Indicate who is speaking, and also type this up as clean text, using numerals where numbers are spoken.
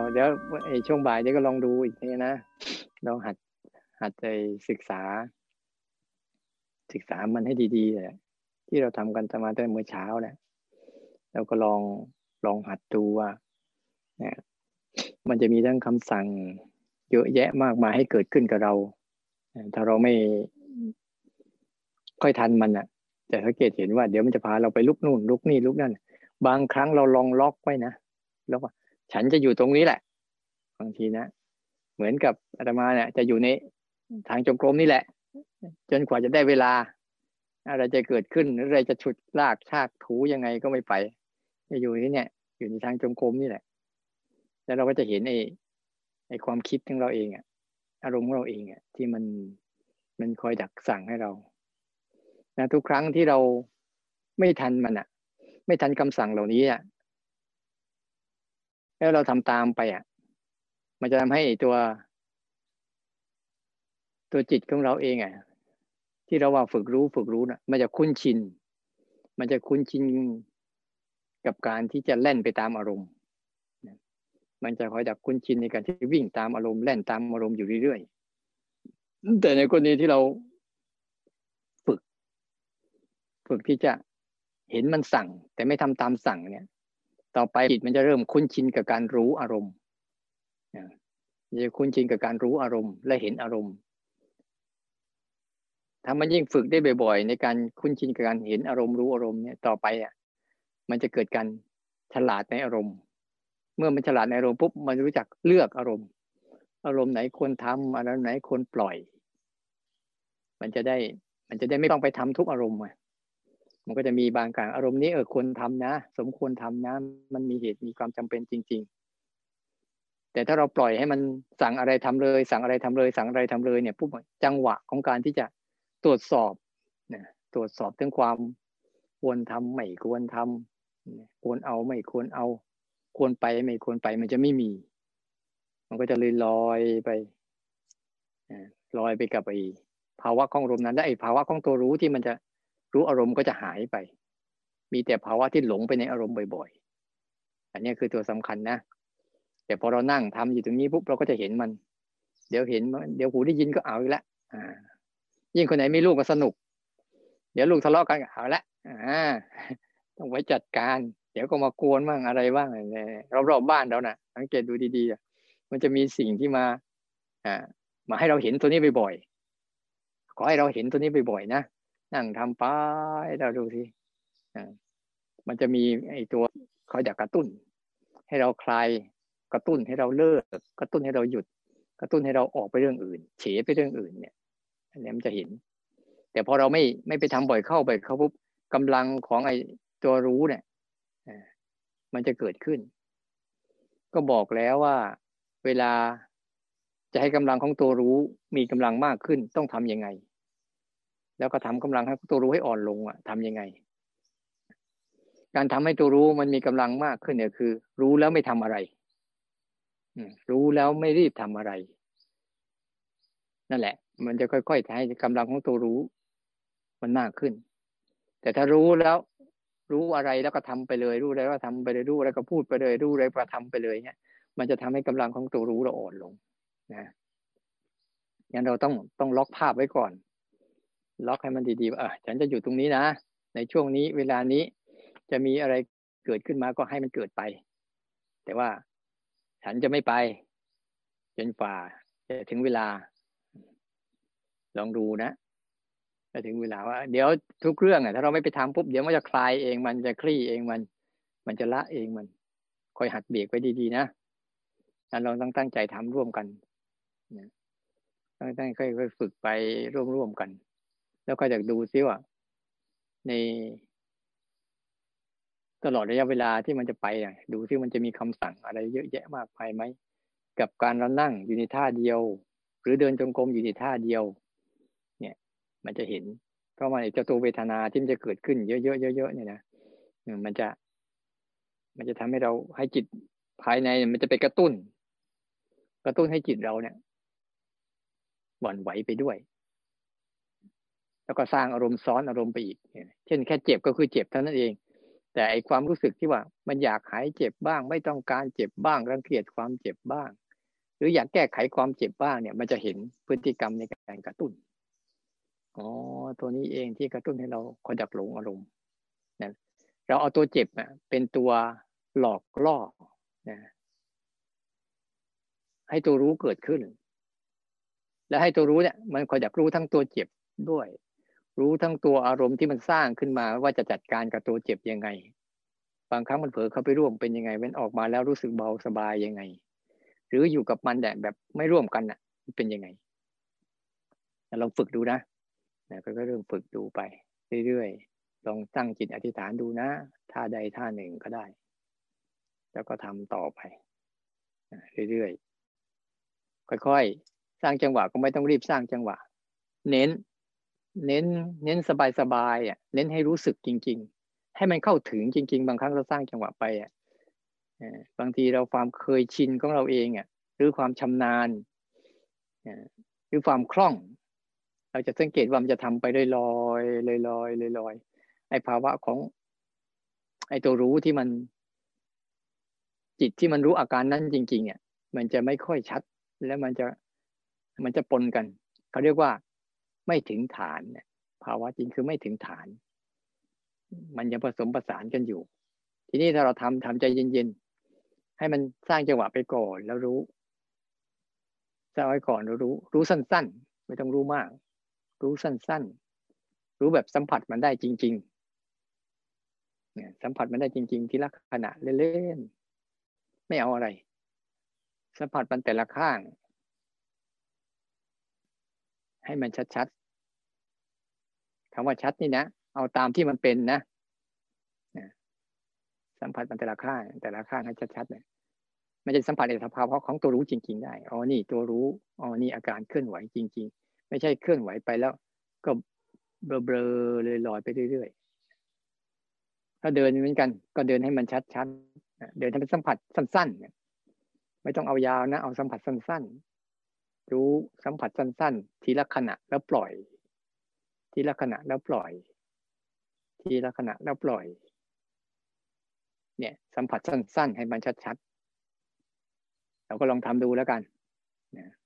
Speaker 1: เดี๋ยวช่วงบ่ายเดี๋ยวก็ลองดูอีกทีนะลองหัดใจศึกษามันให้ดีๆเลยที่เราทำกันมาตั้งแต่เมื่อเช้าแหละแล้วก็ลองหัดดูว่าเนี่ยมันจะมีทั้งคำสั่งเยอะแยะมากมายให้เกิดขึ้นกับเราถ้าเราไม่ค่อยทันมันจะสังเกตเห็นว่าเดี๋ยวมันจะพาเราไปลุกนู่นลุกนี่ลุกนั่นบางครั้งเราลองล็อกไว้นะแล้วว่าฉันจะอยู่ตรงนี้แหละบางทีนะเหมือนกับอาตมาเนี่ยจะอยู่ในทางจงกรมนี่แหละจนกว่าจะได้เวลาอะไรจะเกิดขึ้นหรืออะไรจะฉุดลากชากถูยังไงก็ไม่ไปจะอยู่ที่เนี่ยอยู่ในทางจงกรมนี่แหละแล้วเราก็จะเห็นไอ้ความคิดของเราเองอารมณ์ของเราเองที่มันคอยดักสั่งให้เรานะทุกครั้งที่เราไม่ทันมันไม่ทันคำสั่งเหล่านี้แล้วเราทำตามไปมันจะทำให้ตัวจิตของเราเองที่เราว่าฝึกรู้นะมันจะคุ้นชินกับการที่จะเล่นไปตามอารมณ์มันจะคอยดักคุ้นชินในการที่วิ่งตามอารมณ์เล่นตามอารมณ์อยู่เรื่อยๆแต่ในกรณีที่เราฝึกที่จะเห็นมันสั่งแต่ไม่ทำตามสั่งเนี่ยต่อไปจิตมันจะเริ่มคุ้นชินกับการรู้อารมณ์จะคุ้นชินกับการรู้อารมณ์และเห็นอารมณ์ถ้ามันยิ่งฝึกได้บ่อยๆในการคุ้นชินกับการเห็นอารมณ์รู้อารมณ์เนี่ยต่อไปมันจะเกิดการฉลาดในอารมณ์เมื่อมันฉลาดในอารมณ์ปุ๊บมันรู้จักเลือกอารมณ์ไหนควรทำอารมณ์ไหนควรปล่อยมันจะได้ไม่ต้องไปทำทุกอารมณ์มันก็จะมีบางการอารมณ์นี้ควรทำนะสมควรทำนะมันมีเหตุมีความจำเป็นจริงๆแต่ถ้าเราปล่อยให้มันสั่งอะไรทำเลยสั่งอะไรทำเลยสั่งอะไรทำเลยเนี่ยปุ๊บจังหวะของการที่จะตรวจสอบตรวจสอบถึงความควรทำไม่ควรทำควรเอาไม่ควรเอาควรไปไม่ควรไปมันจะไม่มีมันก็จะลอยไปกับไอ้ภาวะของอารมณ์นั้นและไอ้ภาวะของตัวรู้ที่มันจะรู้อารมณ์ก็จะหายไปมีแต่ภาวะที่หลงไปในอารมณ์บ่อยๆอันนี้คือตัวสำคัญนะแต่พอเรานั่งทำอยู่ตรงนี้ปุ๊บเราก็จะเห็นมันเดี๋ยวหูได้ยินก็เอาอีกแล้วยิ่งคนไหนมีลูกก็สนุกเดี๋ยวลูกทะเลาะกันเอาละต้องไว้จัดการเดี๋ยวก็มากวนบ้างอะไรบ้างรอบๆบ้านเรานะสังเกตดูดีๆมันจะมีสิ่งที่มาให้เราเห็นตัวนี้บ่อยๆขอให้เราเห็นตัวนี้บ่อยๆนะนั่งทำไปเราดูสิมันจะมีไอ้ตัวคอยดักกระตุ้นให้เราคลายกระตุ้นให้เราเลิกกระตุ้นให้เราหยุดกระตุ้นให้เราออกไปเรื่องอื่นเฉไปเรื่องอื่นเนี่ยอันนี้มันจะเห็นแต่พอเราไม่ไปทำบ่อยเข้าปุ๊บกำลังของไอ้ตัวรู้เนี่ยมันจะเกิดขึ้นก็บอกแล้วว่าเวลาจะให้กำลังของตัวรู้มีกำลังมากขึ้นต้องทำยังไงแล้วก็ทำกำลังให้ตัวรู้ให้อ่อนลงทำยังไงการทำให้ตัวรู้มันมีกำลังมากขึ้นเนี่ยคือรู้แล้วไม่ทำอะไรรู้แล้วไม่รีบทำอะไรนั่นแหละมันจะค่อยๆให้กำลังของตัวรู้มันมากขึ้นแต่ถ้ารู้แล้วรู้อะไรแล้วก็ทำไปเลยรู้อะไรก็ทำไปเลยรู้อะไรก็พูดไปเลยรู้อะไรก็ทำไปเลยเนี่ยมันจะทำให้กำลังของตัวรู้เราอ่อนลงนะงั้นเราต้องล็อกภาพไว้ก่อนล็อกให้มันดีๆว่าฉันจะอยู่ตรงนี้นะในช่วงนี้เวลานี้จะมีอะไรเกิดขึ้นมาก็ให้มันเกิดไปแต่ว่าฉันจะไม่ไปจนฝ่าจะถึงเวลาลองดูนะจะถึงเวลาว่าเดี๋ยวทุกเรื่องถ้าเราไม่ไปทำปุ๊บเดี๋ยวมันจะคลายเองมันจะคลี่เองมันจะละเองมันคอยหัดเบรกไว้ดีๆนะเราต้องตั้งใจทำร่วมกันต้องค่อยๆฝึกไปร่วมกันแล้วก็จะดูซิว่าในตลอดระยะเวลาที่มันจะไปดูซิมันจะมีคำสั่งอะไรเยอะแยะมากมายไหมกับการเรานั่งอยู่ในท่าเดียวหรือเดินจงกรมอยู่ในท่าเดียวเนี่ยมันจะเห็นเพราะว่าเจ้าตัวเวทนาที่มันจะเกิดขึ้นเยอะๆเนี่ยนะมันจะทำให้เราให้จิตภายในมันจะไปกระตุ้นให้จิตเราเนี่ยหวั่นไหวไปด้วยแล้วก็สร้างอารมณ์ซ้อนอารมณ์ไปอีกเช่นแค่เจ็บก็คือเจ็บเท่านั้นเองแต่ไอความรู้สึกที่ว่ามันอยากหายเจ็บบ้างไม่ต้องการเจ็บบ้างรังเกียจความเจ็บบ้างหรืออยากแก้ไขความเจ็บบ้างเนี่ยมันจะเห็นพฤติกรรมในการกระตุ้นอ๋อตัวนี้เองที่กระตุ้นให้เราคอยดักหลงอารมณ์นะเราเอาตัวเจ็บเป็นตัวหลอกล่อนะให้ตัวรู้เกิดขึ้นและให้ตัวรู้เนี่ยมันคอยดักรู้ทั้งตัวเจ็บด้วยรู้ทั้งตัวอารมณ์ที่มันสร้างขึ้นมาว่าจะจัดการกับตัวเจ็บยังไงบางครั้งมันเผลอเข้าไปร่วมเป็นยังไงมันออกมาแล้วรู้สึกเบาสบายยังไงหรืออยู่กับมันแบบไม่ร่วมกันน่ะเป็นยังไงลองฝึกดูนะก็เริ่มฝึกดูไปเรื่อยๆลองตั้งจิตอธิษฐานดูนะท่าใดท่าหนึ่งก็ได้แล้วก็ทำต่อไปเรื่อยๆค่อยๆสร้างจังหวะก็ไม่ต้องรีบสร้างจังหวะเน้นสบายๆเน้นให้รู้สึกจริงๆให้มันเข้าถึงจริงๆบางครั้งเราสร้างจังหวะไปบางทีเราความเคยชินของเราเองหรือความชำนาญหรือความคล่องเราจะสังเกตว่ามันจะทำไปลอยไอ้ภาวะของไอ้ตัวรู้ที่มันจิตที่มันรู้อาการนั้นจริงๆมันจะไม่ค่อยชัดแล้วมันจะปนกันเขาเรียกว่าไม่ถึงฐานภาวะจริงคือไม่ถึงฐานมันยังผสมผสานกันอยู่ทีนี้ถ้าเราทำใจเย็นๆให้มันสร้างจังหวะไปก่อนแล้วรู้สร้างไว้ก่อนรู้สั้นๆไม่ต้องรู้มากรู้สั้นๆรู้แบบสัมผัสมันได้จริงๆสัมผัสมันได้จริงๆทีละขณะเล่นๆไม่เอาอะไรสัมผัสมันแต่ละข้างให้มันชัดๆคำว่าชัดนี่นะเอาตามที่มันเป็นนะสัมผัสมันแต่ละข้างให้ชัดๆมันจะสัมผัสในสภาวะของตัวรู้จริงๆได้อ๋อนี่ตัวรู้อ๋อนี่อาการเคลื่อนไหวจริงๆไม่ใช่เคลื่อนไหวไปแล้วก็เบลอๆลอยไปเรื่อยๆถ้าเดินเหมือนกันก็เดินให้มันชัดๆเดินให้มันสัมผัสสั้นๆไม่ต้องเอายาวนะเอาสัมผัสสั้นๆรู้สัมผัสสั้นๆทีละขณะแล้วปล่อยทีละขณะแล้วปล่อยทีละขณะแล้วปล่อยเนี่ยสัมผัสสั้นๆให้มันชัดๆเราก็ลองทำดูแล้วกันนะ